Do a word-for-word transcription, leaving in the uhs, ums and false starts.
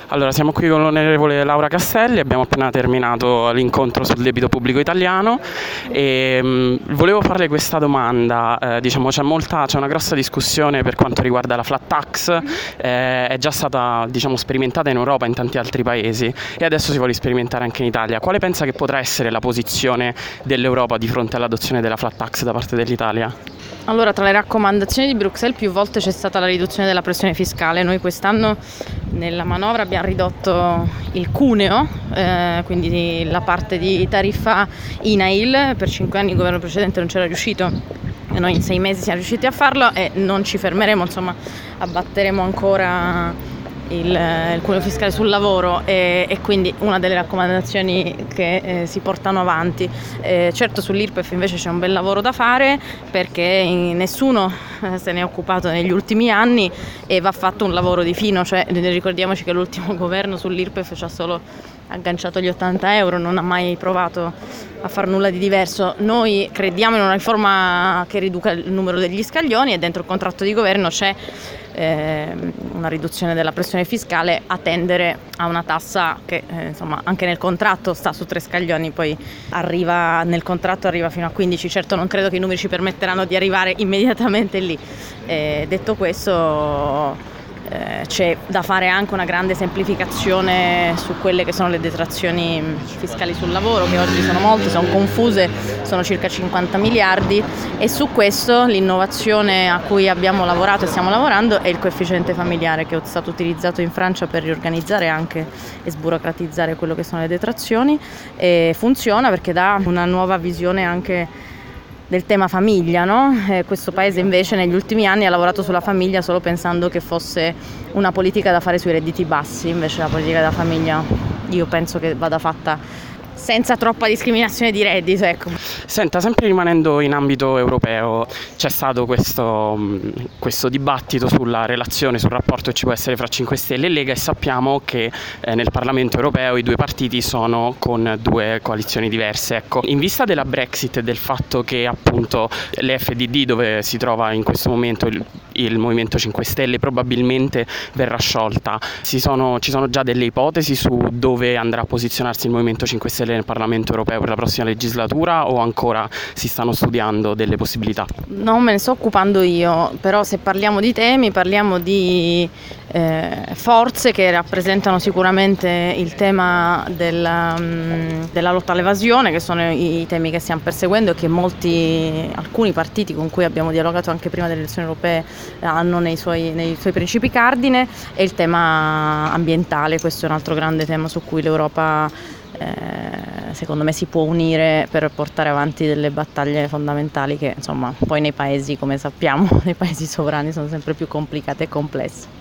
Allora, siamo qui con l'onorevole Laura Castelli, abbiamo appena terminato l'incontro sul debito pubblico italiano e mh, volevo farle questa domanda. Eh, diciamo, c'è molta, c'è una grossa discussione per quanto riguarda la flat tax, eh, è già stata, diciamo, sperimentata in Europa e in tanti altri paesi e adesso si vuole sperimentare anche in Italia. Quale pensa che potrà essere la posizione dell'Europa di fronte all'adozione della flat tax da parte dell'Italia? Allora, tra le raccomandazioni di Bruxelles più volte c'è stata la riduzione della pressione fiscale. Noi quest'anno nella manovra abbiamo ridotto il cuneo, eh, quindi la parte di tariffa I N A I L. Per cinque anni il governo precedente non c'era riuscito e noi in sei mesi siamo riusciti a farlo e non ci fermeremo, insomma abbatteremo ancora il, il cuneo fiscale sul lavoro e, e quindi una delle raccomandazioni che eh, si portano avanti. Eh, certo sull'I R P E F invece c'è un bel lavoro da fare perché nessuno eh, se ne è occupato negli ultimi anni e va fatto un lavoro di fino, cioè ricordiamoci che l'ultimo governo sull'I R P E F ci ha solo agganciato gli ottanta euro, non ha mai provato a far nulla di diverso. Noi crediamo in una riforma che riduca il numero degli scaglioni e dentro il contratto di governo c'è eh, una riduzione della pressione fiscale a tendere a una tassa che eh, insomma anche nel contratto sta su tre scaglioni, poi arriva nel contratto arriva fino a quindici. Certo non credo che i numeri ci permetteranno di arrivare immediatamente lì. Eh, detto questo, Eh, c'è da fare anche una grande semplificazione su quelle che sono le detrazioni fiscali sul lavoro, che oggi sono molte, sono confuse, sono circa cinquanta miliardi, e su questo l'innovazione a cui abbiamo lavorato e stiamo lavorando è il coefficiente familiare, che è stato utilizzato in Francia per riorganizzare anche e sburocratizzare quello che sono le detrazioni, e funziona perché dà una nuova visione anche del tema famiglia, no? Eh, questo paese invece negli ultimi anni ha lavorato sulla famiglia solo pensando che fosse una politica da fare sui redditi bassi, invece la politica della famiglia io penso che vada fatta senza troppa discriminazione di reddito, ecco. Senta, sempre rimanendo in ambito europeo, c'è stato questo, questo dibattito sulla relazione, sul rapporto che ci può essere fra cinque Stelle e Lega, e sappiamo che eh, nel Parlamento europeo i due partiti sono con due coalizioni diverse. Ecco, in vista della Brexit e del fatto che appunto l'F D D, dove si trova in questo momento il, il Movimento cinque Stelle, probabilmente verrà sciolta, ci sono, ci sono già delle ipotesi su dove andrà a posizionarsi il Movimento cinque Stelle nel Parlamento europeo per la prossima legislatura, o ancora si stanno studiando delle possibilità? Non me ne sto occupando io, però se parliamo di temi parliamo di eh, forze che rappresentano sicuramente il tema della, um, della lotta all'evasione, che sono i, i temi che stiamo perseguendo e che molti, alcuni partiti con cui abbiamo dialogato anche prima delle elezioni europee hanno nei suoi, nei suoi principi cardine, e il tema ambientale. Questo è un altro grande tema su cui l'Europa Eh, secondo me si può unire per portare avanti delle battaglie fondamentali che insomma poi nei paesi, come sappiamo, nei paesi sovrani sono sempre più complicate e complesse.